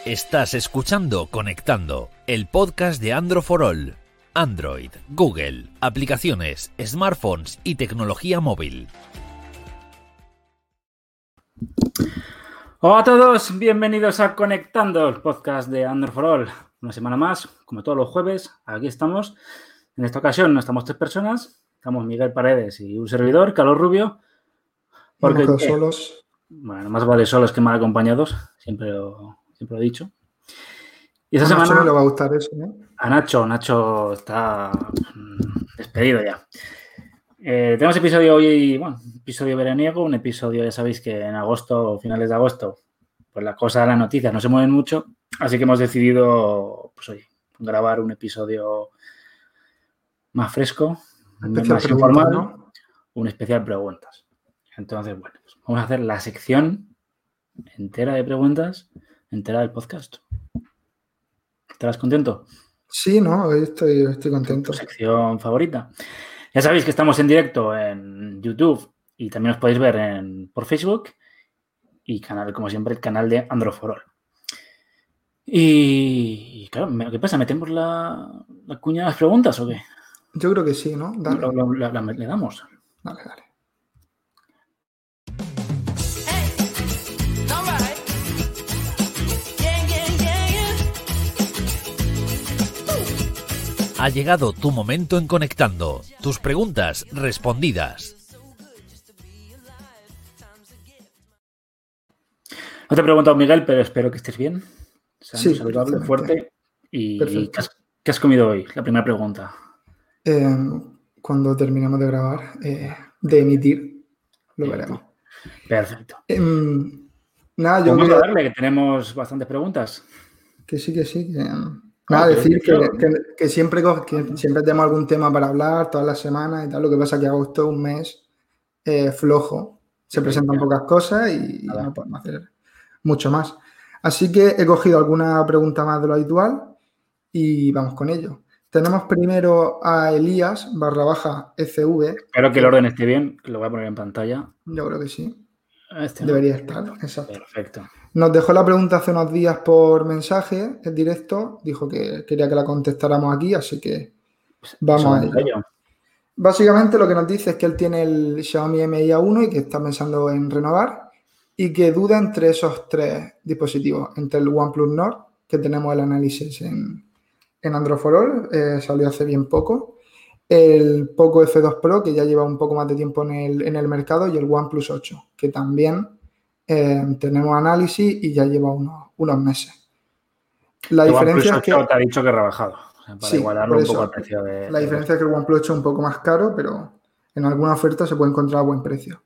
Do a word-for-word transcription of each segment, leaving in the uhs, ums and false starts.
Estás escuchando Conectando, el podcast de Android for All. Android, Google, aplicaciones, smartphones y tecnología móvil. Hola a todos, bienvenidos a Conectando, el podcast de Android for All. Una semana más, como todos los jueves, aquí estamos. En esta ocasión no estamos tres personas, estamos Miguel Paredes y un servidor, Carlos Rubio. Porque hemos quedado solos. Bueno, más vale solos que mal acompañados, siempre lo, siempre lo he dicho. Y esta a semana Nacho no le va a gustar eso, ¿no? A Nacho, Nacho está despedido ya. Eh, tenemos episodio hoy, bueno, episodio veraniego, un episodio, ya sabéis que en agosto o finales de agosto, pues la cosa de las noticias no se mueven mucho, así que hemos decidido, pues oye, grabar un episodio más fresco, especial más informal, ¿no? Un especial preguntas. Entonces, bueno, pues vamos a hacer la sección entera de preguntas, entera del podcast. ¿Estarás contento? Sí, no, estoy, estoy contento. ¿Tu sección favorita? Ya sabéis que estamos en directo en YouTube y también os podéis ver en, por Facebook y canal, como siempre, el canal de Android for All. Y, y claro, ¿qué pasa? ¿Metemos la, la cuña de las preguntas o qué? Yo creo que sí, ¿no? Dale. Lo, lo, la, la, le damos. Dale, dale. Ha llegado tu momento en Conectando. Tus preguntas respondidas. No te he preguntado, Miguel, pero espero que estés bien. Sano, sí, saludable, fuerte. ¿Y perfecto. ¿qué has, qué has comido hoy? La primera pregunta. Eh, cuando terminemos de grabar, eh, de emitir, lo emitir. veremos. Perfecto. Eh, nada, yo Vamos quería... a darle, que tenemos bastantes preguntas. Que sí, que sí, que... Nada, claro, decir que, que, que, siempre, que siempre tenemos algún tema para hablar todas las semanas y tal. Lo que pasa es que agosto es un mes eh, flojo. Se sí, presentan ya. pocas cosas y Nada. no podemos hacer mucho más. Así que he cogido alguna pregunta más de lo habitual y vamos con ello. Tenemos primero a Elías barra baja F V. Espero que el orden esté bien, que lo voy a poner en pantalla. Yo creo que sí. Este, Debería ¿no? estar, exacto. Perfecto. Nos dejó la pregunta hace unos días por mensaje en directo. Dijo que quería que la contestáramos aquí, así que vamos a ello. Básicamente lo que nos dice es que él tiene el Xiaomi M I A uno y que está pensando en renovar y que duda entre esos tres dispositivos, entre el OnePlus Nord, que tenemos el análisis en, en Android for All, eh, salió hace bien poco, el Poco F dos Pro, que ya lleva un poco más de tiempo en el, en el mercado, y el OnePlus ocho, que también eh, tenemos análisis y ya lleva unos, unos meses. La el diferencia es que... te ha dicho que ha rebajado, o sea, para sí, igualarlo un poco al precio de... La diferencia es que el OnePlus ocho es un poco más caro, pero en alguna oferta se puede encontrar a buen precio.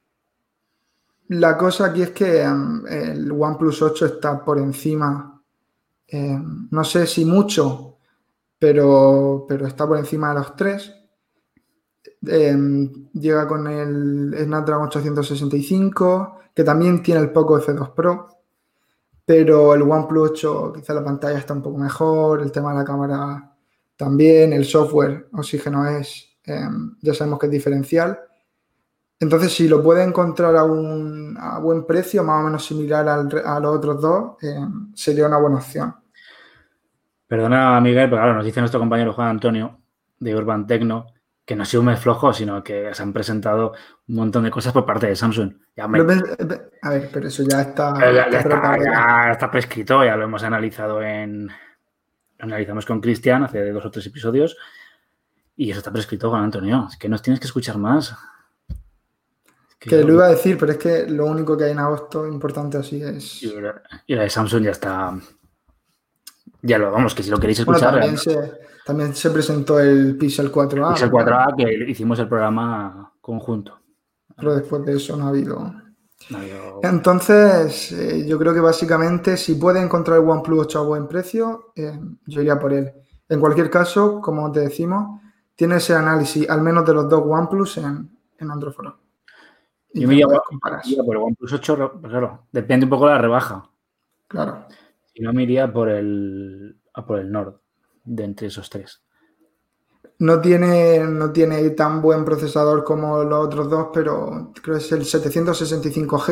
La cosa aquí es que um, el OnePlus ocho está por encima, eh, no sé si mucho, pero, pero está por encima de los tres. Eh, llega con el Snapdragon ochocientos sesenta y cinco, que también tiene el Poco F dos Pro, pero el OnePlus ocho quizá la pantalla está un poco mejor, el tema de la cámara también, el software Oxígeno es, eh, ya sabemos que es diferencial. Entonces, si lo puede encontrar a un a buen precio, más o menos similar al, a los otros dos, eh, sería una buena opción. Perdona, Miguel, pero claro, nos dice nuestro compañero Juan Antonio de Urban Tecno que no ha sido un mes flojo, sino que se han presentado un montón de cosas por parte de Samsung. Ya me... A ver, pero eso ya está... Ya, ya, está, ya está prescrito, ya lo hemos analizado en... Lo analizamos con Cristian hace dos o tres episodios y eso está prescrito, Juan Antonio. Es que nos tienes que escuchar más. Es que, que lo iba a decir, pero es que lo único que hay en agosto importante así es... Y la, y la de Samsung ya está... Ya lo vamos, que si lo queréis escuchar... Bueno, también, se, también se presentó el Pixel cuatro A. Pixel cuatro A, ¿no? Que hicimos el programa conjunto. Pero después de eso no ha habido... No ha habido... Entonces, eh, yo creo que básicamente si puede encontrar el OnePlus ocho a buen precio, eh, yo iría por él. En cualquier caso, como te decimos, tiene ese análisis, al menos de los dos OnePlus en, en Android for All. Yo me iría por el OnePlus ocho, claro, depende un poco de la rebaja. Claro. Si no, me iría por el, a por el Nord, de entre esos tres. No tiene, no tiene tan buen procesador como los otros dos, pero creo que es el setecientos sesenta y cinco G,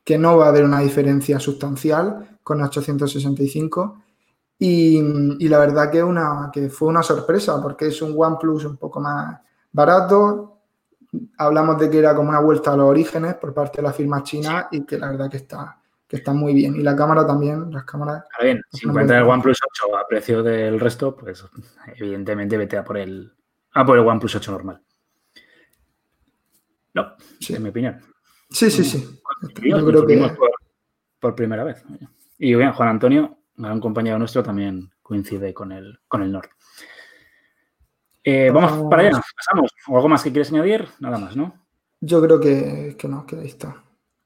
que no va a haber una diferencia sustancial con ochocientos sesenta y cinco. Y, y la verdad que, una, que fue una sorpresa porque es un OnePlus un poco más barato. Hablamos de que era como una vuelta a los orígenes por parte de la firma china y que la verdad que está, que está muy bien. Y la cámara también, las cámaras... Ahora bien, si encuentras el OnePlus ocho a precio del resto, pues evidentemente vete a por el, a por el OnePlus ocho normal. No, sí. En mi opinión. Sí, sí, sí. Yo Yo creo que... por, por primera vez. Y bien, Juan Antonio, un compañero nuestro, también coincide con el, con el Nord. Eh, vamos, vamos para allá, pasamos. ¿O algo más que quieres añadir? Nada más, ¿no? Yo creo que, que no, que ahí está.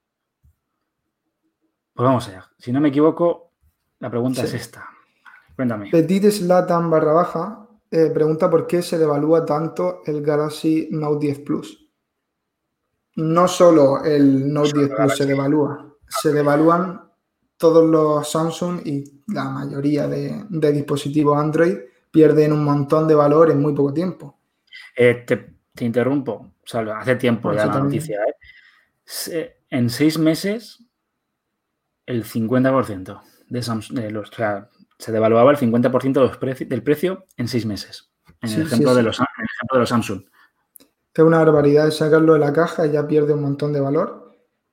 Pues vamos allá. Si no me equivoco, la pregunta sí. es esta. Cuéntame. Petit Slatan barra baja eh, pregunta por qué se devalúa tanto el Galaxy Note diez Plus. No solo el Note diez Plus se devalúa, se devalúan todos los Samsung y la mayoría de, de dispositivos Android pierden un montón de valor en muy poco tiempo. Eh, te, te interrumpo, o sea, hace tiempo ya la también. noticia. ¿eh? En seis meses, el cincuenta por ciento de Samsung, de los, o sea, se devaluaba el cincuenta por ciento de los preci del precio en seis meses. En, sí, el ejemplo sí, de los, en el ejemplo de los Samsung. Es una barbaridad de sacarlo de la caja y ya pierde un montón de valor.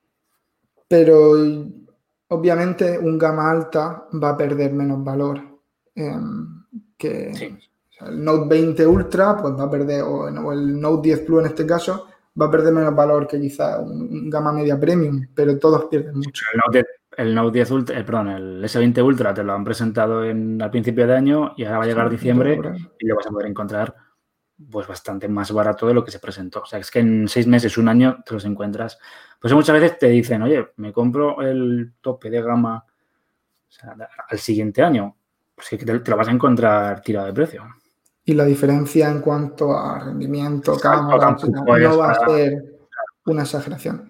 Pero obviamente un gama alta va a perder menos valor eh, que sí. o sea, el Note veinte Ultra, pues va a perder, o, o el Note diez Plus en este caso, va a perder menos valor que quizá un, un gama media premium, pero todos pierden mucho. El Note, el Note diez Ultra, eh, perdón, el S veinte Ultra te lo han presentado en, al principio de año y ahora va a llegar sí, diciembre y lo vas a poder encontrar pues bastante más barato de lo que se presentó. O sea, es que en seis meses, un año, te los encuentras. Pues muchas veces te dicen, oye, me compro el tope de gama o sea, al siguiente año. Pues que te, te lo vas a encontrar tirado de precio. Y la diferencia en cuanto a rendimiento, cámara, no, no va a ser una exageración.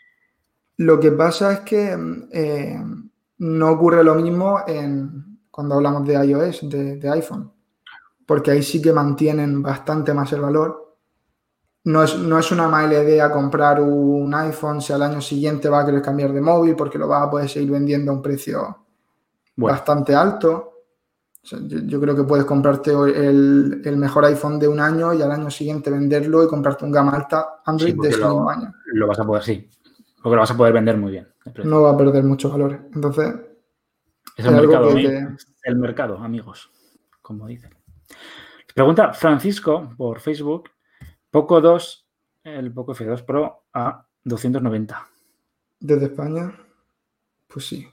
Lo que pasa es que eh, no ocurre lo mismo en, cuando hablamos de iOS, de, de iPhone. Porque ahí sí que mantienen bastante más el valor. No es, no es una mala idea comprar un iPhone si al año siguiente va a querer cambiar de móvil porque lo vas a poder seguir vendiendo a un precio bueno. bastante alto. O sea, yo, yo creo que puedes comprarte el, el mejor iPhone de un año y al año siguiente venderlo y comprarte un gama alta Android sí, de ese lo, mismo año. Lo vas a poder, sí. Porque lo vas a poder vender muy bien. No va a perder mucho valor. Entonces, es el, mercado, te... el mercado, amigos, como dicen. Pregunta Francisco por Facebook, Poco dos, el Poco F dos Pro a doscientos noventa. Desde España, pues sí,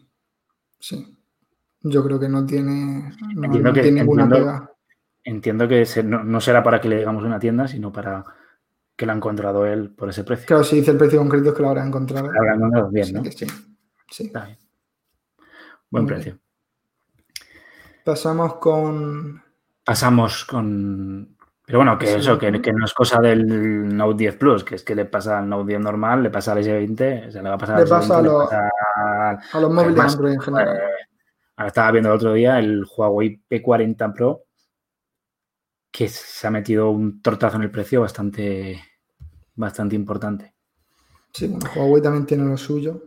sí. Yo creo que no tiene, no, entiendo no que, tiene ninguna entiendo, pega. Entiendo que se, no, no será para que le digamos una tienda, sino para que lo ha encontrado él por ese precio. Claro, si dice el precio concreto es que lo habrá encontrado. Lo habrá encontrado bien, sí, ¿no? Que sí, sí. Está bien. Buen Muy precio. Bien. Pasamos con... Pasamos con... Pero bueno, que sí, eso, que, que no es cosa del Note diez Plus, que es que le pasa al Note diez normal, le pasa al S veinte, se le va a pasar le al pasa S veinte, a, lo, le pasa a los móviles además, Android en general. Eh, ahora estaba viendo el otro día el Huawei P cuarenta Pro, que se ha metido un tortazo en el precio bastante, bastante importante. Sí, bueno, Huawei también tiene lo suyo.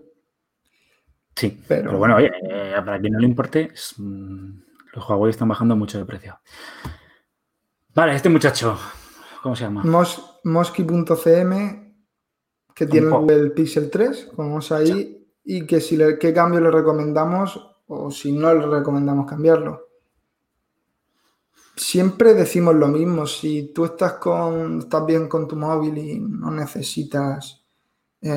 Sí, pero, pero bueno, oye, eh, para quien no le importe, es, mmm, los Huawei están bajando mucho de precio. Vale, este muchacho, ¿cómo se llama? Mos, Mosky.cm, que tiene el Google Pixel tres, como vemos ahí, sí. Y que si le, qué cambio le recomendamos o si no le recomendamos cambiarlo. Siempre decimos lo mismo, si tú estás, con, estás bien con tu móvil y no necesitas, eh,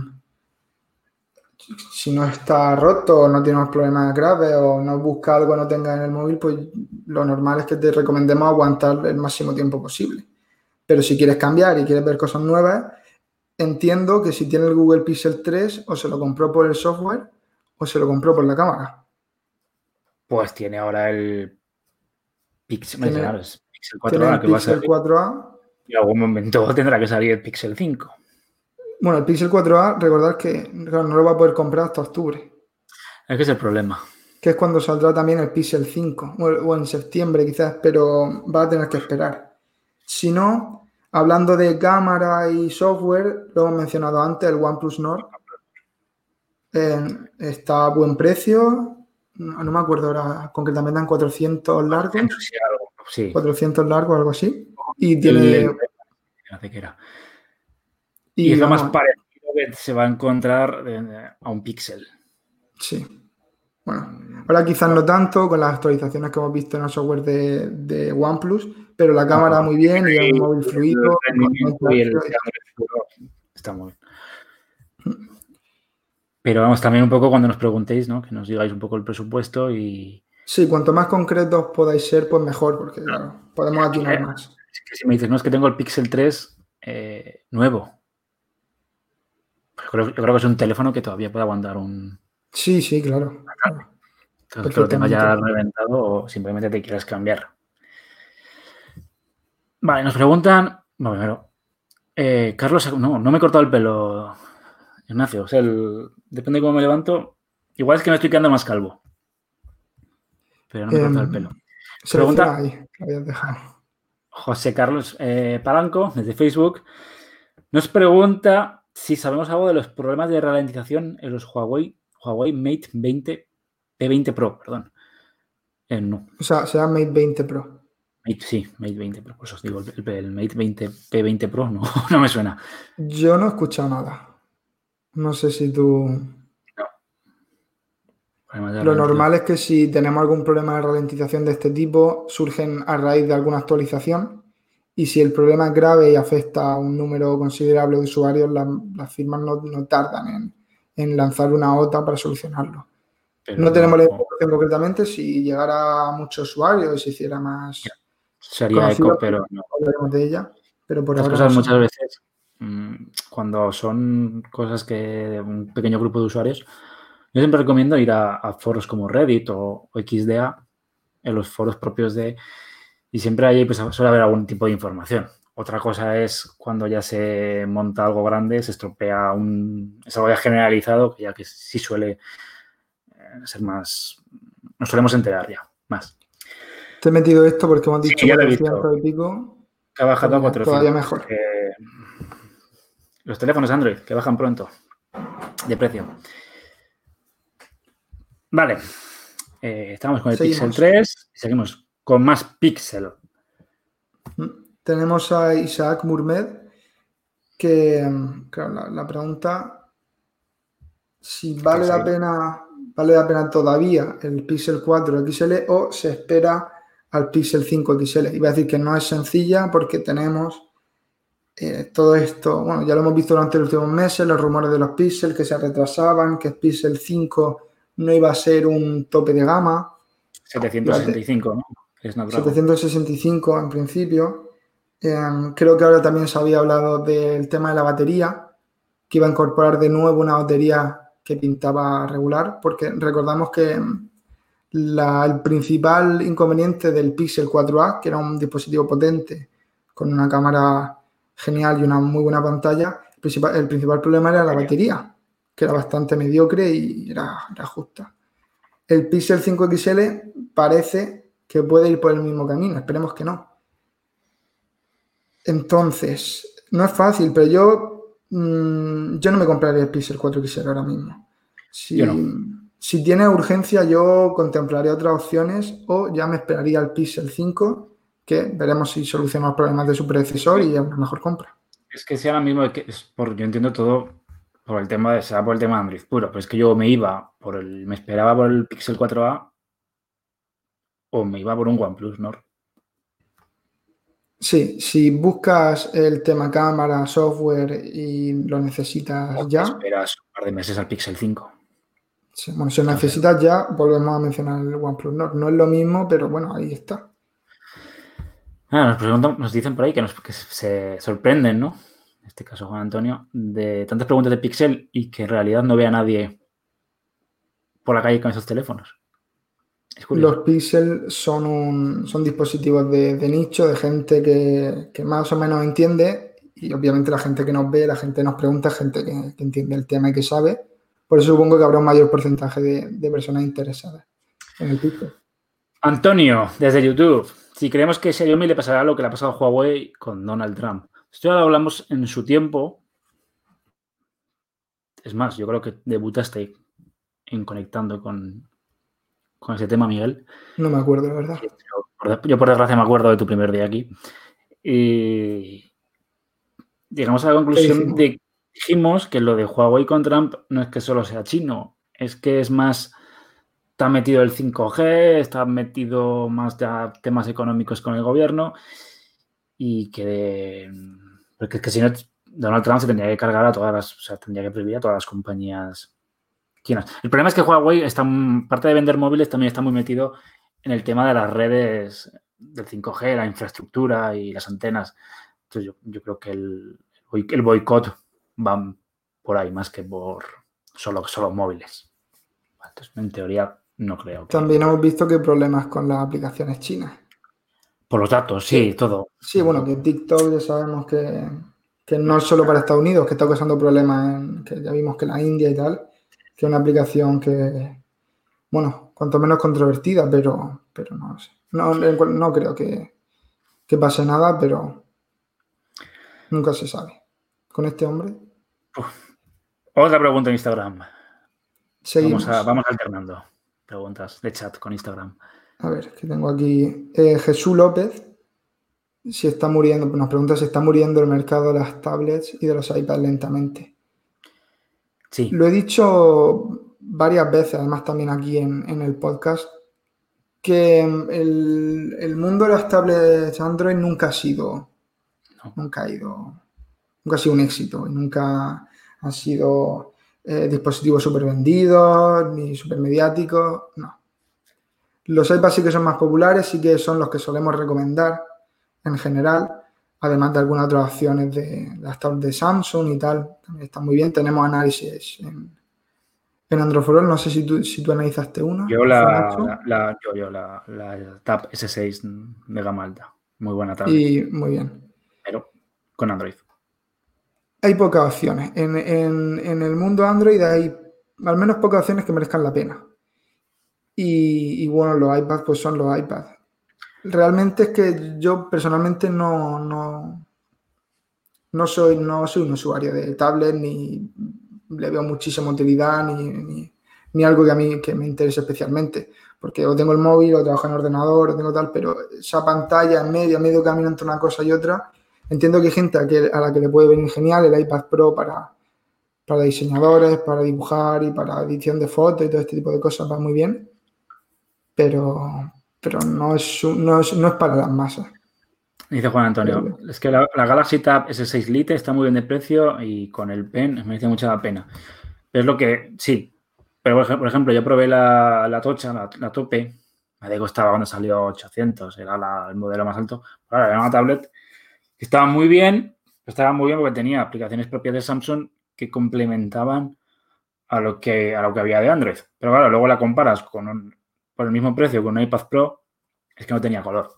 si no está roto o no tienes problemas graves o no buscas algo que no tengas en el móvil, pues lo normal es que te recomendemos aguantar el máximo tiempo posible. Pero si quieres cambiar y quieres ver cosas nuevas, entiendo que si tiene el Google Pixel tres o se lo compró por el software o se lo compró por la cámara. Pues tiene ahora el Pixel, tiene, el Pixel cuatro A. El que Pixel va a cuatro A. Y en algún momento tendrá que salir el Pixel cinco. Bueno, el Pixel cuatro A, recordad que claro, no lo va a poder comprar hasta octubre. Es que es el problema. Que es cuando saldrá también el Pixel cinco, o, o en septiembre quizás, pero va a tener que esperar. Si no, hablando de cámara y software, lo hemos mencionado antes, el OnePlus Nord. Eh, está a buen precio. No, no me acuerdo ahora, concretamente en cuatrocientos largos. Sí, algo, sí. cuatrocientos largos, algo así. Y tiene... El, el, el, que era. Y, y es lo vamos, más parecido que se va a encontrar eh, a un Pixel. Sí. Bueno, ahora quizás no tanto con las actualizaciones que hemos visto en el software de, de OnePlus, pero la cámara muy bien y es un móvil fluido. Y el, está muy bien. Pero vamos, también un poco cuando nos preguntéis, ¿no? Que nos digáis un poco el presupuesto y... Sí, cuanto más concretos podáis ser, pues mejor, porque claro, podemos atinar más. Es que si me dices, no, es que tengo el Pixel tres eh, nuevo. Pues yo, creo, yo creo que es un teléfono que todavía puede aguantar un... Sí, sí, claro. claro. Entonces, que lo tengas ya reventado o simplemente te quieras cambiar. Vale, nos preguntan... Bueno, primero, eh, Carlos, no, no me he cortado el pelo, Ignacio. O sea, el, depende de cómo me levanto. Igual es que me estoy quedando más calvo. Pero no me he eh, cortado el pelo. Se pregunta ahí, lo habías dejado. José Carlos eh, Palanco, desde Facebook, nos pregunta si sabemos algo de los problemas de ralentización en los Huawei, Huawei Mate veinte, P veinte Pro, perdón. Eh, no. O sea, será Mate veinte Pro. Mate, sí, Mate veinte Pro, pues os digo, el, el Mate veinte, P veinte Pro no, no me suena. Yo no he escuchado nada. No sé si tú... No. Lo normal es que si tenemos algún problema de ralentización de este tipo, surgen a raíz de alguna actualización. Y si el problema es grave y afecta a un número considerable de usuarios, las, las firmas no, no tardan en, en lanzar una O T A para solucionarlo. Pero no tenemos no, la información no. concretamente. Si llegara a muchos usuarios y se hiciera más... Sería eco, pero no. Hablaremos de ella. Pero por Las ahora cosas no muchas veces, cuando son cosas que de un pequeño grupo de usuarios, yo siempre recomiendo ir a, a foros como Reddit o, o X D A, en los foros propios de... Y siempre ahí pues, suele haber algún tipo de información. Otra cosa es cuando ya se monta algo grande, se estropea un... Es algo ya generalizado, que ya que sí suele ser más... Nos solemos enterar ya, más. Te he metido esto porque hemos dicho sí, cuatrocientos y pico. Que ha bajado a cuatrocientos. Todavía mejor. Eh, los teléfonos Android, que bajan pronto de precio. Vale. Eh, estamos con el seguimos. Pixel tres y seguimos con más Pixel. Tenemos a Isaac Murmed que, claro, la, la pregunta si vale la pena vale la pena todavía el Pixel cuatro X L o se espera al Pixel cinco X L. Iba a decir que no es sencilla porque tenemos eh, todo esto, bueno, ya lo hemos visto durante los últimos meses, los rumores de los Pixel que se retrasaban, que el Pixel cinco no iba a ser un tope de gama. setecientos sesenta y cinco, ¿no? Es setecientos sesenta y cinco en principio. Eh, creo que ahora también se había hablado del tema de la batería, que iba a incorporar de nuevo una batería que pintaba regular, porque recordamos que la, el principal inconveniente del Pixel cuatro A, que era un dispositivo potente con una cámara genial y una muy buena pantalla, el principal, el principal problema era la batería, que era bastante mediocre y era, era justa. El Pixel cinco X L parece que puede ir por el mismo camino, esperemos que no. Entonces, no es fácil, pero yo, mmm, yo no me compraría el Pixel cuatro X L ahora mismo. Si, yo no. si tiene urgencia, yo contemplaría otras opciones o ya me esperaría al Pixel cinco, que veremos si soluciona los problemas de su predecesor y es una mejor compra. Es que si ahora mismo, es por, yo entiendo todo por el tema de, sea por el tema de Android puro, pero es que yo me iba por el, me esperaba por el Pixel cuatro A o me iba por un OnePlus Nord. Sí, si buscas el tema cámara, software y lo necesitas o ya. Esperas un par de meses al Pixel cinco. Sí, bueno, si lo necesitas ya, volvemos a mencionar el OnePlus Nord. No es lo mismo, pero bueno, ahí está. Ah, nos, preguntan, nos dicen por ahí que, nos, que se sorprenden, ¿no? En este caso, Juan Antonio, de tantas preguntas de Pixel y que en realidad no ve a nadie por la calle con esos teléfonos. Los Pixel son, un, son dispositivos de, de nicho, de gente que, que más o menos entiende y obviamente la gente que nos ve, la gente nos pregunta, gente que, que entiende el tema y que sabe. Por eso supongo que habrá un mayor porcentaje de, de personas interesadas en el Pixel. Antonio, desde YouTube, si creemos que a Xiaomi le pasará lo que le ha pasado a Huawei con Donald Trump. Esto ya lo hablamos en su tiempo. Es más, yo creo que debutaste en conectando con, con ese tema, Miguel. No me acuerdo, la verdad. Yo, yo, por desgracia, me acuerdo de tu primer día aquí. Y llegamos a la conclusión de que dijimos que lo de Huawei con Trump no es que solo sea chino, es que es más... Está metido el cinco G, está metido más ya temas económicos con el gobierno y que... De, porque es que si no, Donald Trump se tendría que cargar a todas las... O sea, tendría que prohibir a todas las compañías chinas. El problema es que Huawei, está, parte de vender móviles, también está muy metido en el tema de las redes del cinco G, la infraestructura y las antenas. Entonces yo, yo creo que el, el boicot va por ahí más que por solo, solo móviles. Entonces, en teoría... No creo. Que... También hemos visto que hay problemas con las aplicaciones chinas. Por los datos, sí, sí, todo. Sí, bueno, que TikTok ya sabemos que, que no es solo para Estados Unidos, que está causando problemas, en, que ya vimos que la India y tal, que es una aplicación que, bueno, cuanto menos controvertida, pero, pero no sé. No, no creo que, que pase nada, pero nunca se sabe. Con este hombre. Uf. Otra pregunta en Instagram. Seguimos. Vamos, a, vamos alternando preguntas de chat con Instagram. A ver, que tengo aquí eh, Jesús López. Si está muriendo, nos pregunta si está muriendo el mercado de las tablets y de los iPads lentamente. Sí. Lo he dicho varias veces, además también aquí en, en el podcast, que el, el mundo de las tablets Android nunca ha sido, no. nunca ha ido, nunca ha sido un éxito y nunca ha sido eh, dispositivos súper vendidos ni súper mediáticos, no. Los iPads sí que son más populares, sí que son los que solemos recomendar en general, además de algunas otras opciones de las tablets de Samsung y tal, también están muy bien. Tenemos análisis en, en Android for All, no sé si tú, si tú analizaste una. Yo la, la, la, yo, yo la, la Tab ese seis de gama alta, muy buena tablet. Y muy bien. Pero con Android. Hay pocas opciones. En, en, en el mundo Android hay al menos pocas opciones que merezcan la pena. Y, y bueno, los iPads pues son los iPads. Realmente es que yo personalmente no, no, no, soy, no soy un usuario de tablet, ni le veo muchísima utilidad, ni, ni, ni algo que a mí que me interese especialmente. Porque o tengo el móvil, o trabajo en ordenador, o tengo tal, pero esa pantalla en medio, a medio camino entre una cosa y otra, entiendo que hay gente a, que, a la que le puede venir genial el iPad Pro para, para diseñadores, para dibujar y para edición de fotos y todo este tipo de cosas, va muy bien. Pero, pero no, es, no, es, no es para las masas. Dice Juan Antonio, pero, es que la, la Galaxy Tab ese seis Lite está muy bien de precio y con el Pen me dice mucha pena. Pero es lo que, sí, pero por ejemplo, yo probé la, la Tocha, la, la Tope, me costaba cuando salió ochocientos, era la, el modelo más alto. Ahora era una tablet que estaba muy bien, estaba muy bien porque tenía aplicaciones propias de Samsung que complementaban a lo que, a lo que había de Android. Pero claro, luego la comparas con un, por el mismo precio con un iPad Pro, es que no tenía color.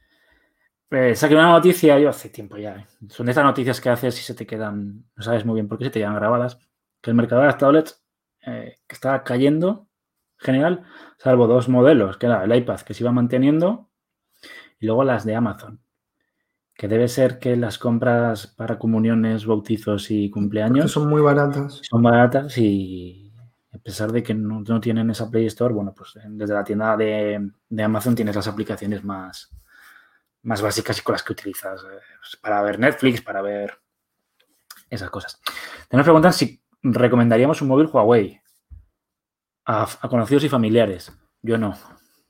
Eh, saqué una noticia yo hace tiempo ya. ¿eh? Son de estas noticias que haces y se te quedan, no sabes muy bien por qué se te quedan grabadas. Que el mercado de las tablets eh, que está cayendo en general, salvo dos modelos, que era el iPad que se iba manteniendo y luego las de Amazon. Que debe ser que las compras para comuniones, bautizos y cumpleaños porque son muy baratas. Son baratas y a pesar de que no, no tienen esa Play Store, bueno, pues desde la tienda de, de Amazon tienes las aplicaciones más, más básicas y con las que utilizas eh, para ver Netflix, para ver esas cosas. Te nos preguntan si recomendaríamos un móvil Huawei a, a conocidos y familiares. Yo no.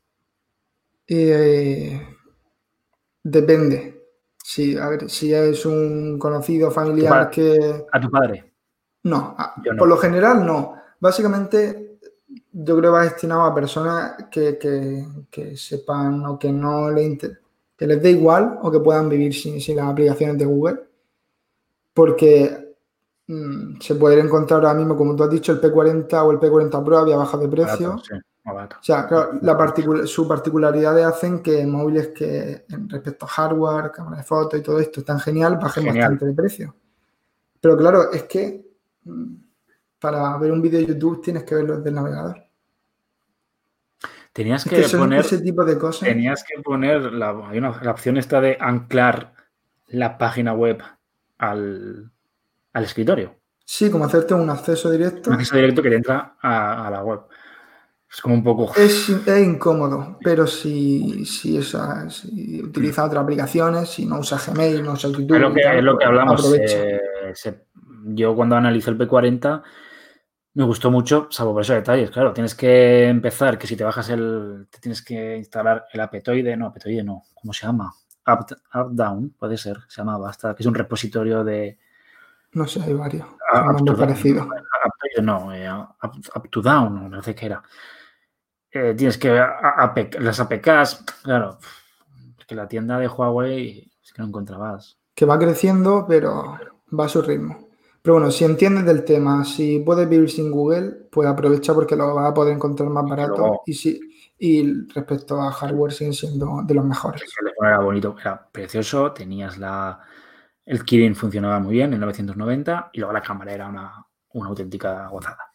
Eh, depende. Sí, a ver, si es un conocido familiar que... ¿A tu padre? No, a, yo no, por lo general no. Básicamente yo creo que va destinado a personas que, que, que sepan o que no le inter... que les dé igual o que puedan vivir sin, sin las aplicaciones de Google. Porque mmm, se puede encontrar ahora mismo, como tú has dicho, el P cuarenta o el P cuarenta Pro había bajado de precio. Barato, sí. Barato. O sea, claro, la particul sus particularidades hacen que móviles que respecto a hardware, cámara de fotos y todo esto están genial, bajen genial. bastante de precio. Pero claro, es que para ver un vídeo de YouTube tienes que verlo desde el navegador. Tenías que, es que poner ese tipo de cosas. Tenías que poner la, hay una, la opción esta de anclar la página web al, al escritorio. Sí, como hacerte un acceso directo. Un acceso directo que te entra a, a la web. Es como un poco... Es, es incómodo, pero si, si, esa, si utiliza otras aplicaciones, si no usa Gmail, no usa Es YouTube lo que, y es tal, lo que pues hablamos. aprovecha. eh, se- yo cuando analizo el P cuarenta me gustó mucho, salvo por esos detalles. Claro, tienes que empezar, que si te bajas el... Te tienes que instalar el Apetoide, no, Apetoide no, ¿cómo se llama? Up, Up Down, puede ser, se llamaba, hasta que es un repositorio de... No sé, hay varios con Up to nombres Down, parecidos. Apetoide no, eh, up, up to Down, no, me parece que era. Eh, tienes que... A, a, las A P Ks, claro, porque la tienda de Huawei es que no encontrabas. Que va creciendo, pero va a su ritmo. Pero bueno, si entiendes del tema, si puedes vivir sin Google, pues aprovecha porque lo vas a poder encontrar más barato. Luego, y, si, y respecto a hardware, siguen siendo de los mejores. el teléfono era bonito, era precioso, tenías la... El Kirin funcionaba muy bien en novecientos noventa y luego la cámara era una, una auténtica gozada.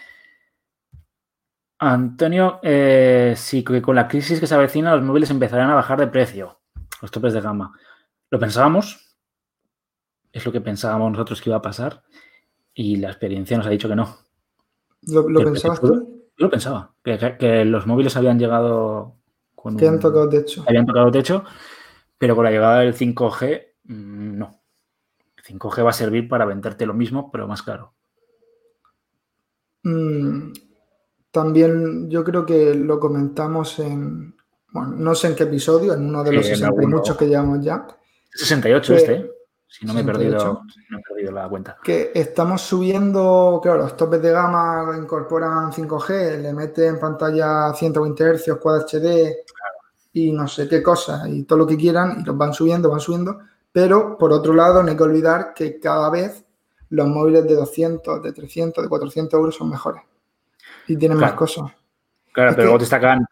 Antonio, eh, sí que con la crisis que se avecina los móviles empezarán a bajar de precio, los topes de gama. Lo pensábamos, es lo que pensábamos nosotros que iba a pasar y la experiencia nos ha dicho que no. ¿Lo, lo pensabas tú? Yo lo pensaba, que, que, que los móviles habían llegado con que un, han tocado techo. Habían tocado techo, pero con la llegada del cinco G, mmm, no. El cinco G va a servir para venderte lo mismo, pero más caro. Mm, también yo creo que lo comentamos en, bueno, no sé en qué episodio, en uno de los Sí, sesenta y muchos que llevamos ya. sesenta y ocho que, este, ¿eh? Si no, me he sesenta y ocho, perdido, si no he perdido la cuenta. Que estamos subiendo, claro, los topes de gama incorporan cinco G, le meten pantalla ciento veinte hercios, Quad H D y no sé qué cosas y todo lo que quieran y los van subiendo, van subiendo. Pero por otro lado, no hay que olvidar que cada vez los móviles de doscientos, de trescientos, de cuatrocientos euros son mejores y tienen claro, más cosas. Claro, es pero que, luego te sacan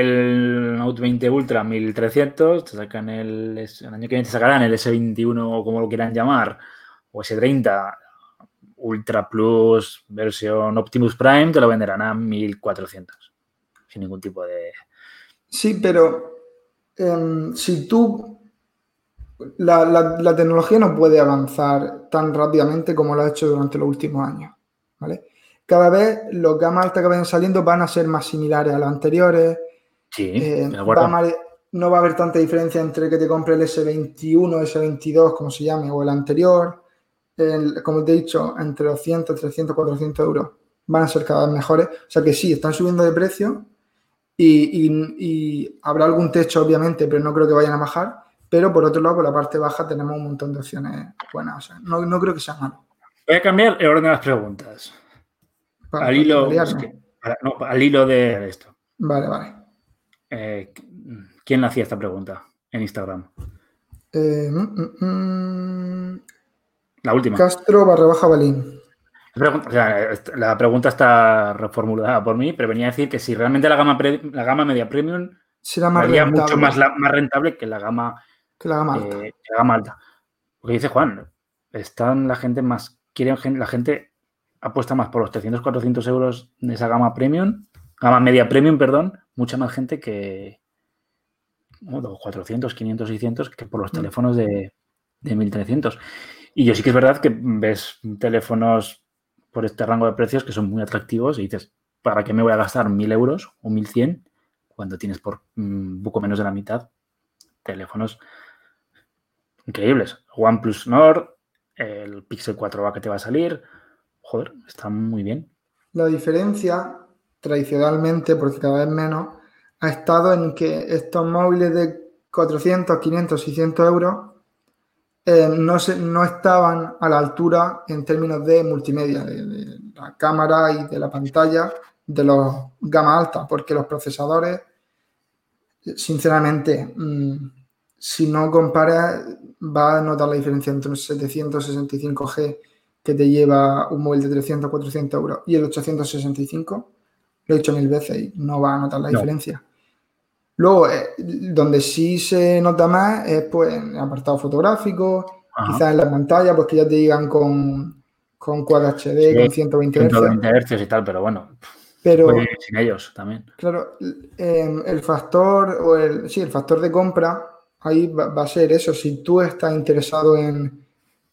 el Note veinte Ultra mil trescientos, te sacan el, el año que viene te sacarán el ese veintiuno o como lo quieran llamar, o ese treinta Ultra Plus versión Optimus Prime, te lo venderán a mil cuatrocientos, sin ningún tipo de... Sí, pero eh, si tú... La, la, la tecnología no puede avanzar tan rápidamente como lo ha hecho durante los últimos años, ¿vale? Cada vez los gamas altas que vayan saliendo van a ser más similares a los anteriores. Sí, eh, de acuerdo. va a, no va a haber tanta diferencia entre que te compre el ese veintiuno, ese veintidós, como se llame, o el anterior. El, como te he dicho, entre doscientos, trescientos, cuatrocientos euros van a ser cada vez mejores. O sea que sí, están subiendo de precio y, y, y habrá algún techo, obviamente, pero no creo que vayan a bajar. Pero por otro lado, por la parte baja tenemos un montón de opciones buenas. O sea, no, no creo que sea malo. Voy a cambiar el orden de las preguntas. Para, al, para, hilo, para es que, para, no, al hilo de esto. Vale, vale. Eh, ¿Quién hacía esta pregunta en Instagram? Eh, mm, mm, la última. Castro barra baja Balín. La pregunta, o sea, la pregunta está reformulada por mí, pero venía a decir que si realmente la gama, pre, la gama media premium será más sería rentable. mucho más, la, más rentable que la gama, que la gama alta. Eh, que la gama alta. Porque dice Juan, están la gente más, quieren, la gente apuesta más por los trescientos, cuatrocientos euros de esa gama premium, gama media premium, perdón, mucha más gente que bueno, cuatrocientos, quinientos, seiscientos que por los teléfonos de, de mil trescientos. Y yo sí que es verdad que ves teléfonos por este rango de precios que son muy atractivos y dices, ¿para qué me voy a gastar mil euros o mil cien cuando tienes por un poco menos de la mitad teléfonos increíbles? OnePlus Nord, el Pixel cuatro A que te va a salir, joder, está muy bien. La diferencia, tradicionalmente, porque cada vez menos, ha estado en que estos móviles de cuatrocientos, quinientos, seiscientos euros eh, no, se, no estaban a la altura en términos de multimedia, de, de la cámara y de la pantalla de los gama alta, porque los procesadores, sinceramente, mmm, si no comparas, va a notar la diferencia entre un setecientos sesenta y cinco G que te lleva un móvil de trescientos, cuatrocientos euros y el ochocientos sesenta y cinco, lo he dicho mil veces y no va a notar la no. diferencia. Luego, eh, donde sí se nota más es pues en el apartado fotográfico, ajá, quizás en la pantalla, pues que ya te digan con, con Quad H D, sí, con ciento veinte hercios y tal, pero bueno, pero sin ellos también. Claro, eh, el factor, o el, sí, el factor de compra, ahí va, va a ser eso. Si tú estás interesado en,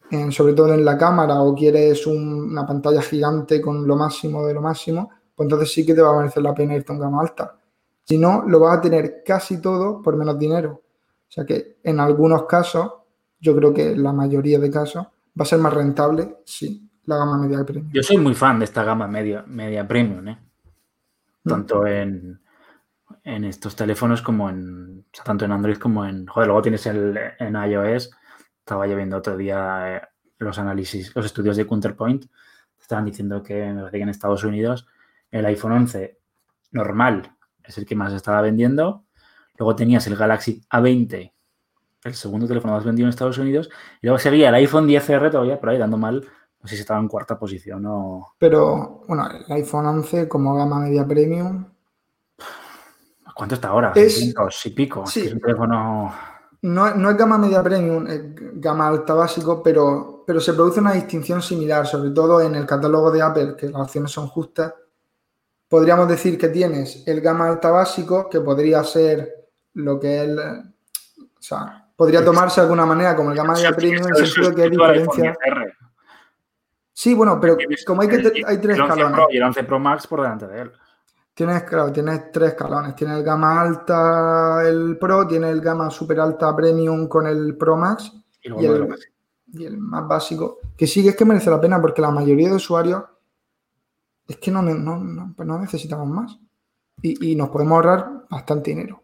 en, sobre todo en la cámara, o quieres un, una pantalla gigante con lo máximo de lo máximo, pues entonces sí que te va a merecer la pena irte a un gama alta. Si no, lo vas a tener casi todo por menos dinero. O sea que en algunos casos, yo creo que en la mayoría de casos, va a ser más rentable, sí, la gama media premium. Yo soy muy fan de esta gama media, media premium, ¿eh? Tanto mm. en, en estos teléfonos como en, o sea, tanto en Android como en, joder, luego tienes el, en iOS. Estaba yo viendo otro día eh, los análisis, los estudios de Counterpoint. Estaban diciendo que, me parece que en Estados Unidos el iPhone once normal es el que más estaba vendiendo. Luego tenías el Galaxy A veinte, el segundo teléfono más vendido en Estados Unidos. Y luego seguía el iPhone diez R todavía por ahí dando mal. No sé si estaba en cuarta posición o... Pero, bueno, el iPhone once como gama media premium... ¿Cuánto está ahora? Es, seiscientos y pico. Sí, es que es un teléfono... No, no es gama media premium, es gama alta básico, pero, pero se produce una distinción similar, sobre todo en el catálogo de Apple, que las opciones son justas. Podríamos decir que tienes el gama alta básico, que podría ser lo que es... O sea, podría tomarse de alguna manera como el gama media premium en el sentido de que hay diferencia... Sí, bueno, pero como hay, que hay tres escalones. Y el once Pro Max por delante de él. Tienes, claro, tienes tres escalones. Tienes el gama alta, el Pro, tienes el gama super alta premium con el Pro Max y, y, el, y el más básico. Que sí, que es que merece la pena porque la mayoría de usuarios es que no, no, no, pues no necesitamos más. Y, y nos podemos ahorrar bastante dinero.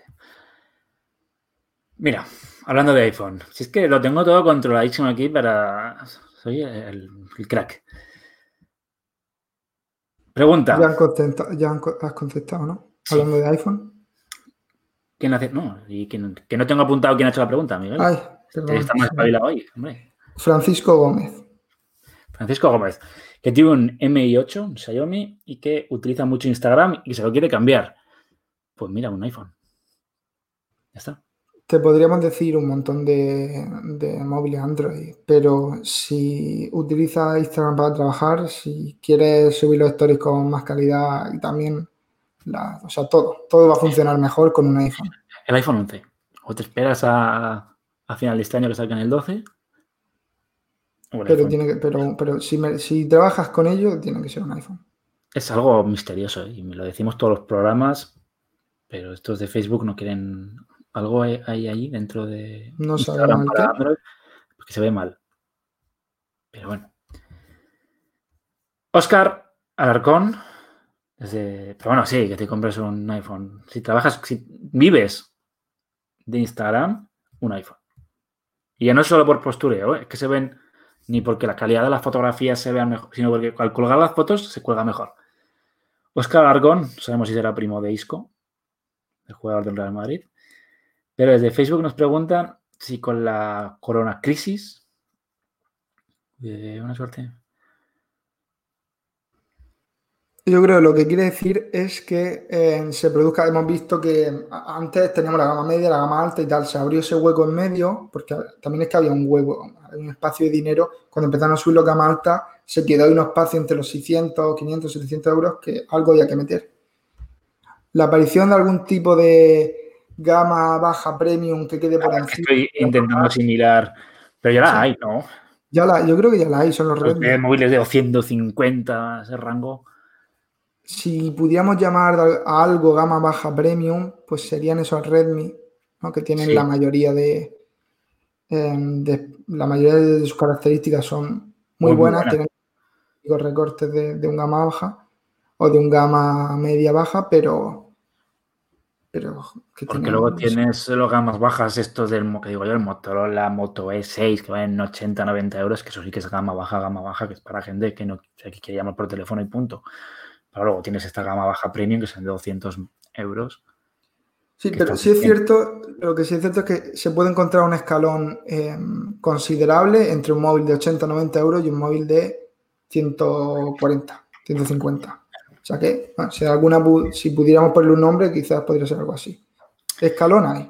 Mira, hablando de iPhone, si es que lo tengo todo controladísimo aquí para... Soy el, el crack. Pregunta. Ya, han contestado, ya han, has contestado, ¿no? Sí. Hablando de iPhone. ¿Quién hace? No, y que, no, que no tengo apuntado quién ha hecho la pregunta, Miguel. Ay, perdón. Está más espabilado hoy, hombre. Francisco Gómez. Francisco Gómez, que tiene un M I ocho, un Xiaomi, y que utiliza mucho Instagram y se lo quiere cambiar. Pues mira, un iPhone. Ya está. Te podríamos decir un montón de, de móviles Android, pero si utilizas Instagram para trabajar, si quieres subir los stories con más calidad y también, la, o sea, todo, todo va a funcionar mejor con un iPhone. El iPhone once. O te esperas a, a final de este año que salga en el doce. Pero, tiene que, pero, pero si, me, si trabajas con ello, tiene que ser un iPhone. Es algo misterioso y me lo decimos todos los programas, pero estos de Facebook no quieren... Algo hay ahí dentro de no Instagram para Android, porque se ve mal. Pero bueno. Óscar Alarcón, desde, pero bueno, sí, que te compres un iPhone. Si trabajas, si vives de Instagram, un iPhone. Y ya no es solo por postureo, ¿eh? Es que se ven, ni porque la calidad de las fotografías se vean mejor, sino porque al colgar las fotos se cuelga mejor. Óscar Alarcón, sabemos si será primo de Isco, el jugador del Real Madrid. Pero desde Facebook nos preguntan si con la corona crisis, eh, una suerte. Yo creo que lo que quiere decir es que eh, se produzca, hemos visto que antes teníamos la gama media, la gama alta y tal, se abrió ese hueco en medio, porque también es que había un hueco, un espacio de dinero, cuando empezaron a subir la gama alta, se quedó ahí un espacio entre los seiscientos, quinientos, setecientos euros que algo había que meter. La aparición de algún tipo de gama baja premium que quede por claro, encima. Estoy intentando asimilar, pero ya la sí. hay, ¿no? Ya la, yo creo que ya la hay, son los, los de móviles de doscientos cincuenta, ese rango. Si pudiéramos llamar a algo gama baja premium, pues serían esos Redmi, ¿no? Que tienen sí. la mayoría de, eh, de la mayoría de sus características son muy, muy buenas, buena. Tienen recortes de, de un gama baja o de un gama media baja, pero Pero que porque luego tienes los gamas bajas estos del que digo yo, el Motorola Moto E seis que valen ochenta, noventa euros, que eso sí que es gama baja, gama baja, que es para gente que no o sea, que quiere llamar por teléfono y punto. Pero luego tienes esta gama baja premium que son de doscientos euros. Sí, pero sí es cierto, lo que sí es cierto es que se puede encontrar un escalón eh, considerable entre un móvil de ochenta, noventa euros y un móvil de ciento cuarenta, ciento cincuenta. O sea que, bueno, si, alguna, si pudiéramos ponerle un nombre, quizás podría ser algo así. Escalón hay.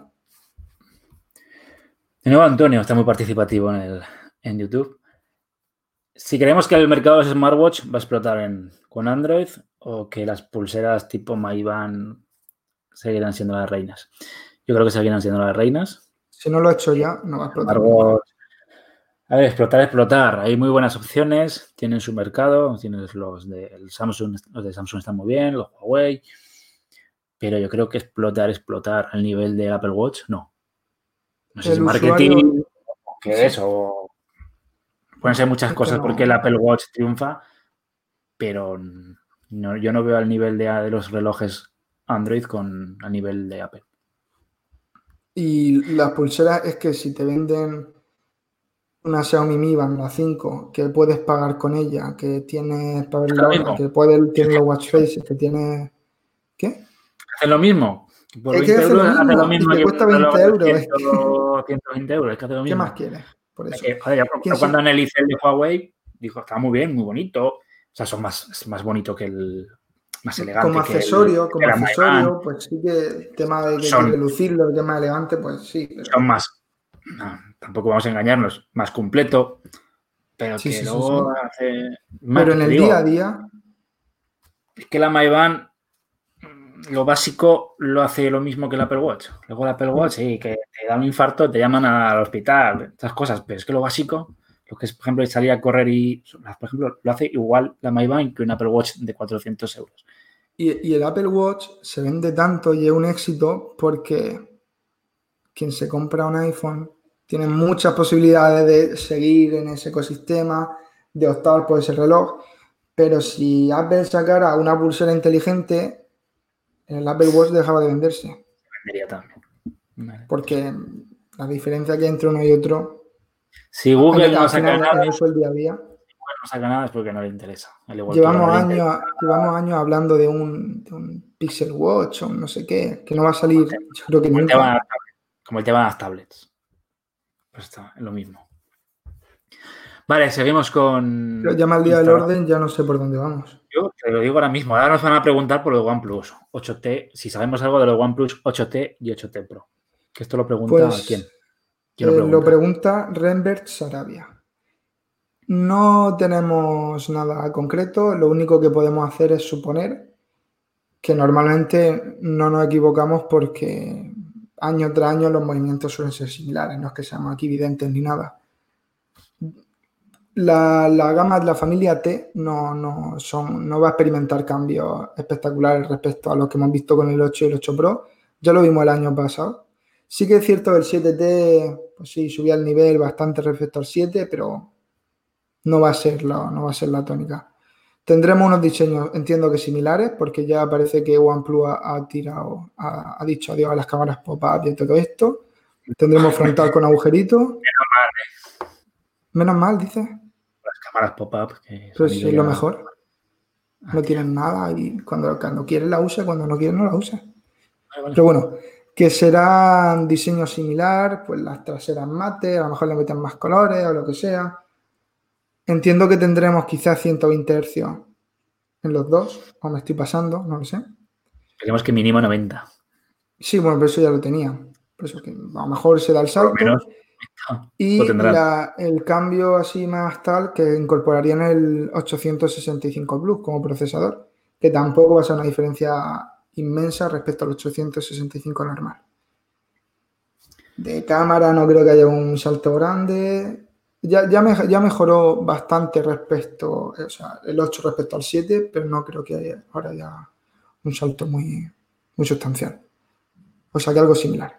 De nuevo, Antonio está muy participativo en, el, en YouTube. Si creemos que el mercado de smartwatch va a explotar en, con Android o que las pulseras tipo Ray-Ban seguirán siendo las reinas. Yo creo que seguirán siendo las reinas. Si no lo he hecho ya, no va a explotar. Smartwatch, A ver, explotar, explotar. Hay muy buenas opciones. Tienen su mercado. Tienes los de el Samsung, los de Samsung están muy bien, los Huawei. Pero yo creo que explotar, explotar al nivel del Apple Watch, no. No sé El si usuario, marketing, qué sí, es, o pueden ser muchas es que cosas porque el no. Apple Watch triunfa, pero no, yo no veo al nivel de, de los relojes Android con al nivel de Apple. Y las pulseras es que si te venden una Xiaomi Mi Band, la cinco, que puedes pagar con ella, que tienes para ver Es la lo hora, mismo. que puedes, tiene los watch faces, que tiene... ¿Qué? Hacen lo mismo. Por Es que veinte hace lo euros hace lo mismo y mismo te que cuesta un reloj veinte de euros. cien, Es que, ciento veinte euros. Es que hace lo ¿qué más mismo. quieres? Por Es eso. que, joder, Que yo si- cuando analicé el de Huawei, dijo, está muy bien, muy bonito. O sea, son más, es más bonito que el... Más como elegante que, el, accesorio, que como la Ray-Ban. accesorio, pues sí que el tema de que quiere Son, lucirlo, el tema elegante, pues sí, pero... son más... No, tampoco vamos a engañarnos. Más completo. Pero Sí, que sí, sí, luego sí. hace... Más Pero que en te el día a digo, día, es que la Ray-Ban lo básico lo hace lo mismo que el Apple Watch. Luego el Apple Watch, sí, que te da un infarto, te llaman al hospital, estas cosas, pero es que lo básico, lo que es, por ejemplo, salir a correr y, por ejemplo, lo hace igual la Ray-Ban que un Apple Watch de cuatrocientos euros. y, y el Apple Watch se vende tanto y es un éxito porque quien se compra un iPhone tiene muchas posibilidades de seguir en ese ecosistema, de optar por ese reloj, pero si Apple sacara una pulsera inteligente, el Apple Watch dejaba de venderse, Vendería también. Vale. porque la diferencia que hay entre uno y otro, Si al, Google no al saca final nada, en el uso del día a día, no saca nada es porque no le interesa. Al igual que no llevamos le interesa años, llevamos años hablando de un, de un Pixel Watch o un no sé qué, que no va a salir, yo creo que como el tema, nunca. como el tema de las tablets. Pues está, es lo mismo. Vale, seguimos Pero con ya mal día del Instagram. orden, ya no sé por dónde vamos. Yo te lo digo ahora mismo. Ahora nos van a preguntar por el OnePlus ocho T, si sabemos algo de los OnePlus ocho T y ocho T Pro. Que esto lo pregunta quién. Pues ¿Quién lo eh, lo pregunta? pregunta Rembert Sarabia. No tenemos nada concreto, lo único que podemos hacer es suponer que normalmente no nos equivocamos porque año tras año los movimientos suelen ser similares, no es que seamos aquí videntes ni nada. La, la gama de la familia T no, no, son, no va a experimentar cambios espectaculares respecto a lo que hemos visto con el ocho y el ocho Pro. Ya lo vimos el año pasado. Sí que es cierto que el siete T, pues sí, subía el nivel bastante respecto al siete, pero no va a ser la, no va a ser la tónica. Tendremos unos diseños, entiendo que similares, porque ya parece que OnePlus ha, ha tirado, ha, ha dicho adiós a las cámaras pop-up y todo esto. Tendremos frontal con agujeritos. Menos mal, ¿eh? Menos mal, dices. Las cámaras pop-up que se Pero han si ido es ya lo mejor. a No tirar. tienen nada y cuando, cuando quieres la usa, cuando no quieres no la usa. Vale, vale. Pero bueno, que será diseño similar, pues las traseras mate, a lo mejor le meten más colores o lo que sea. Entiendo que tendremos quizás ciento veinte hercios en los dos, o me estoy pasando, no lo sé. Esperemos que mínimo noventa. Sí, bueno, pero eso ya lo tenía. Por eso que a lo mejor se da el Por lo salto. menos lo Y tendrán. la, el cambio así más tal que incorporarían el ochocientos sesenta y cinco Plus como procesador, que tampoco va a ser una diferencia inmensa respecto al ochocientos sesenta y cinco normal. De cámara no creo que haya un salto grande. Ya, ya, me, ya mejoró bastante respecto, o sea, el ocho respecto al siete, pero no creo que haya ahora ya un salto muy, muy sustancial. O sea, que algo similar.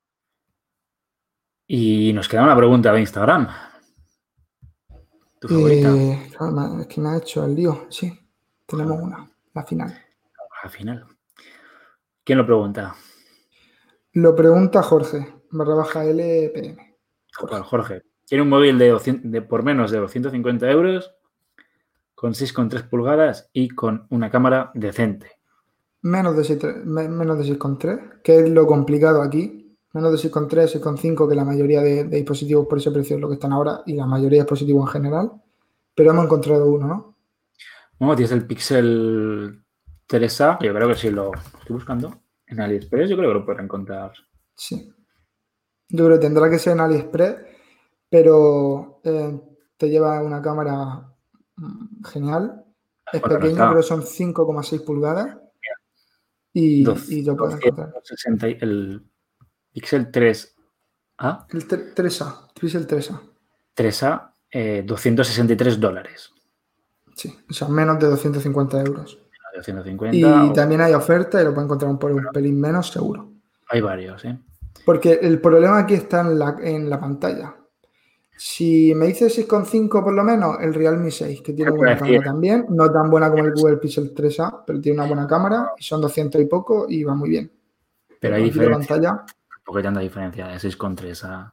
Y nos queda una pregunta de Instagram. ¿Tu favorita? Eh, claro, es que me ha hecho el lío. Sí, tenemos una, la final. Al final. ¿Quién lo pregunta? Lo pregunta Jorge, barra baja L P M. Jorge. Jorge. Jorge. Tiene un móvil de, doscientos, de por menos de doscientos cincuenta euros, con seis coma tres pulgadas y con una cámara decente. Menos de seis coma tres, que es lo complicado aquí. Menos de seis coma tres, seis coma cinco, que la mayoría de, de dispositivos por ese precio es lo que están ahora y la mayoría de dispositivos en general. Pero hemos encontrado uno, ¿no? Bueno, tienes el Pixel tres A, yo creo que sí lo estoy buscando. En AliExpress yo creo que lo puedes encontrar. Sí. Yo creo que tendrá que ser en AliExpress, pero eh, te lleva una cámara mm, genial. Es Bueno, no pequeño, está. creo que son cinco coma seis pulgadas y, y lo puedes encontrar. doscientos sesenta, el Pixel tres A. El tres A, Pixel tres A. tres A, eh, doscientos sesenta y tres dólares. Sí, o sea, menos de doscientos cincuenta euros. doscientos cincuenta. Y o... también hay oferta y lo pueden encontrar por un pelín menos, seguro. Hay varios, ¿eh? Porque el problema aquí está en la, en la pantalla. Si me dices seis coma cinco por lo menos, el Realme seis, que tiene buena cámara también, no tan buena como el Google Pixel tres A, pero tiene una buena cámara y son doscientos y poco y va muy bien. Pero, pero hay diferencia. Pantalla... Porque hay tanta diferencia de seis coma tres a...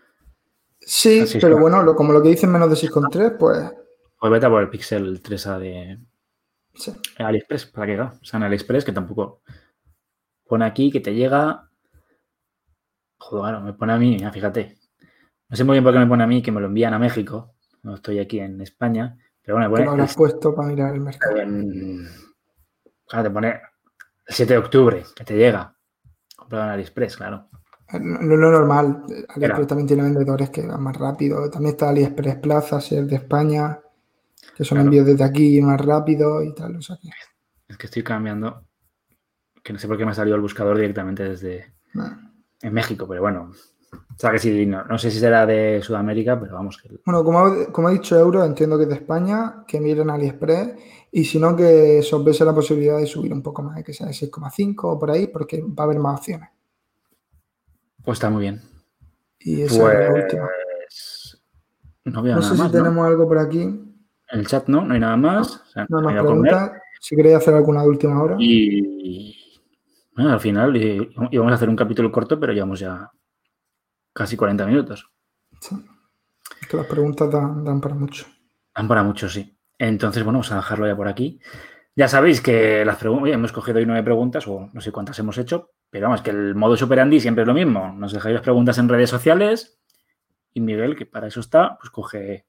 Sí, a pero bueno, lo, como lo que dicen menos de seis coma tres, pues... Pues vete a por el Pixel tres A de sí. AliExpress, para que va. O sea, en AliExpress, que tampoco pone aquí que te llega... Joder, me pone a mí, fíjate. No sé muy bien por qué me pone a mí que me lo envían a México. No estoy aquí en España. Pero bueno, me pone... Te lo habrás el... puesto para mirar el mercado. En... Claro, te pone el siete de octubre, que te llega. Comprado en AliExpress, claro. No es lo normal. AliExpress Era. también tiene vendedores que van más rápido. También está AliExpress Plaza, ser de España, que son claro. envíos desde aquí más rápido y tal. O sea que... Es que estoy cambiando. Que no sé por qué me ha salido el buscador directamente desde no. en México, pero bueno. O sea que sí, no, no sé si será de Sudamérica, pero vamos. Que... Bueno, como, como he dicho euro, entiendo que es de España, que miren AliExpress y si no, que sopese la posibilidad de subir un poco más, que sea de seis coma cinco o por ahí, porque va a haber más opciones. Pues está muy bien. Y esa pues... es la última. No veo no nada sé más, si tenemos ¿no? algo por aquí. En el chat no, no hay nada más. No, o sea, no más preguntas. Si queréis hacer alguna de última hora. Y bueno, al final íbamos a hacer un capítulo corto, pero llevamos ya casi cuarenta minutos. Sí. Es que las preguntas dan, dan para mucho. Dan para mucho, sí. Entonces, bueno, vamos a dejarlo ya por aquí. Ya sabéis que las preguntas, hemos cogido hoy nueve preguntas, o no sé cuántas hemos hecho, pero vamos, que el modus operandi siempre es lo mismo. Nos dejáis las preguntas en redes sociales y Miguel, que para eso está, pues coge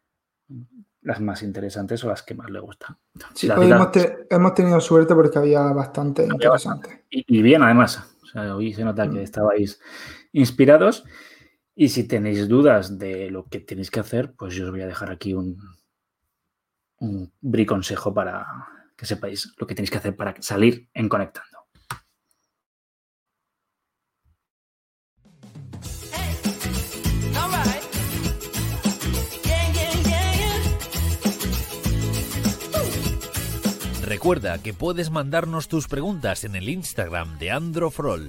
las más interesantes o las que más le gustan. Sí, hoy hemos, te, hemos tenido suerte porque había bastante había interesante. Bastante. Y, y bien, además. O sea, hoy se nota mm. que estabais inspirados. Y si tenéis dudas de lo que tenéis que hacer, pues yo os voy a dejar aquí un, un briconsejo para que sepáis lo que tenéis que hacer para salir en Conectando. Recuerda que puedes mandarnos tus preguntas en el Instagram de Androforol.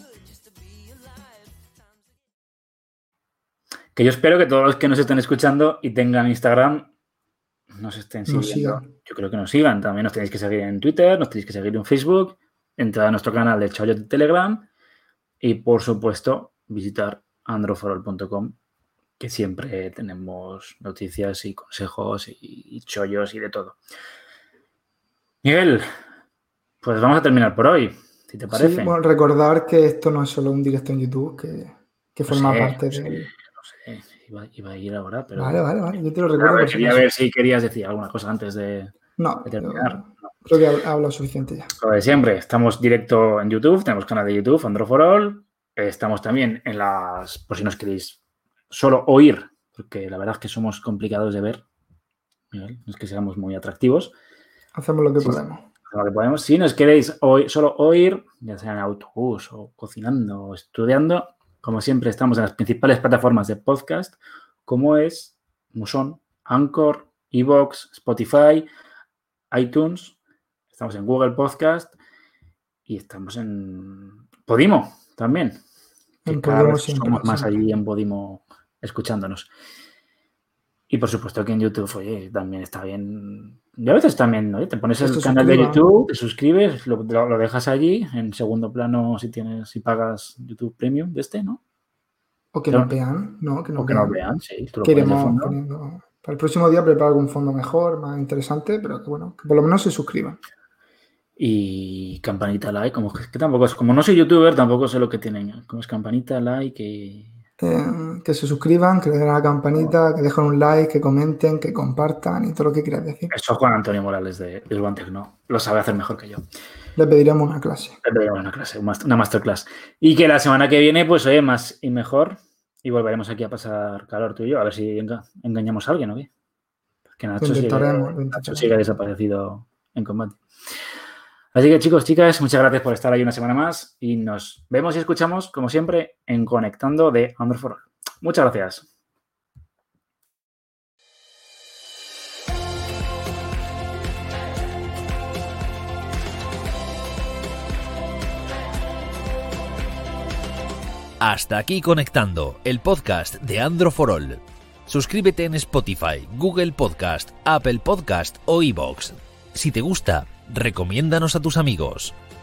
Que yo espero que todos los que nos estén escuchando y tengan Instagram nos estén siguiendo. Nos yo creo que nos sigan. También nos tenéis que seguir en Twitter, nos tenéis que seguir en Facebook, entrar a nuestro canal de Chollo de Telegram y, por supuesto, visitar androforol punto com, que siempre tenemos noticias y consejos y, y chollos y de todo. Miguel, pues vamos a terminar por hoy, si te parece. Sí, bueno, recordar que esto no es solo un directo en YouTube, que, que no forma sé, parte no sé, del... No sé, iba, iba a ir ahora, pero... Vale, vale, vale, yo te lo recuerdo. A ver, quería ver si querías decir alguna cosa antes de, no, de terminar. No, creo que he hablado suficiente ya. Como de siempre, estamos directo en YouTube, tenemos canal de YouTube, Androforol. Estamos también en las... Por si nos queréis solo oír, porque la verdad es que somos complicados de ver. Miguel, no es que seamos muy atractivos. Hacemos lo que sí, podemos. Hacemos lo que podemos. Si nos queréis oír, solo oír, ya sea en autobús o cocinando o estudiando, como siempre estamos en las principales plataformas de podcast, como es, como son Anchor, iVoox, Spotify, iTunes, estamos en Google Podcast y estamos en Podimo también. Que en cada Podimo vez siempre, somos más siempre. allí en Podimo escuchándonos. Y por supuesto que en YouTube, oye, también está bien. Y a veces también, oye, te pones el canal de YouTube, te suscribes, lo, lo, lo dejas allí, en segundo plano si tienes, si pagas YouTube Premium de este, ¿no? O que nos vean, ¿no? Que nos o que vean. nos vean, sí. Tú lo Queremos poniendo... Para el próximo día preparo algún fondo mejor, más interesante, pero que bueno, que por lo menos se suscriban. Y campanita like, como que, que tampoco es, como no soy youtuber, tampoco sé lo que tienen. Como es campanita, like y... Eh, que se suscriban, que le den a la campanita, que dejen un like, que comenten, que compartan y todo lo que quieras decir. Eso Juan Antonio Morales de, de Urban Tecno lo sabe hacer mejor que yo. Le pediremos una clase. Le pediremos una clase, una masterclass. Y que la semana que viene, pues oye, más y mejor. Y volveremos aquí a pasar calor tú y yo, a ver si enga engañamos a alguien o qué. Porque Nacho, sigue, Nacho sigue desaparecido en combate. Así que chicos, chicas, muchas gracias por estar ahí una semana más y nos vemos y escuchamos, como siempre, en Conectando de Androforol. Muchas gracias. Hasta aquí Conectando, el podcast de Andro for All. Suscríbete en Spotify, Google Podcast, Apple Podcast o iVoox. Si te gusta, recomiéndanos a tus amigos.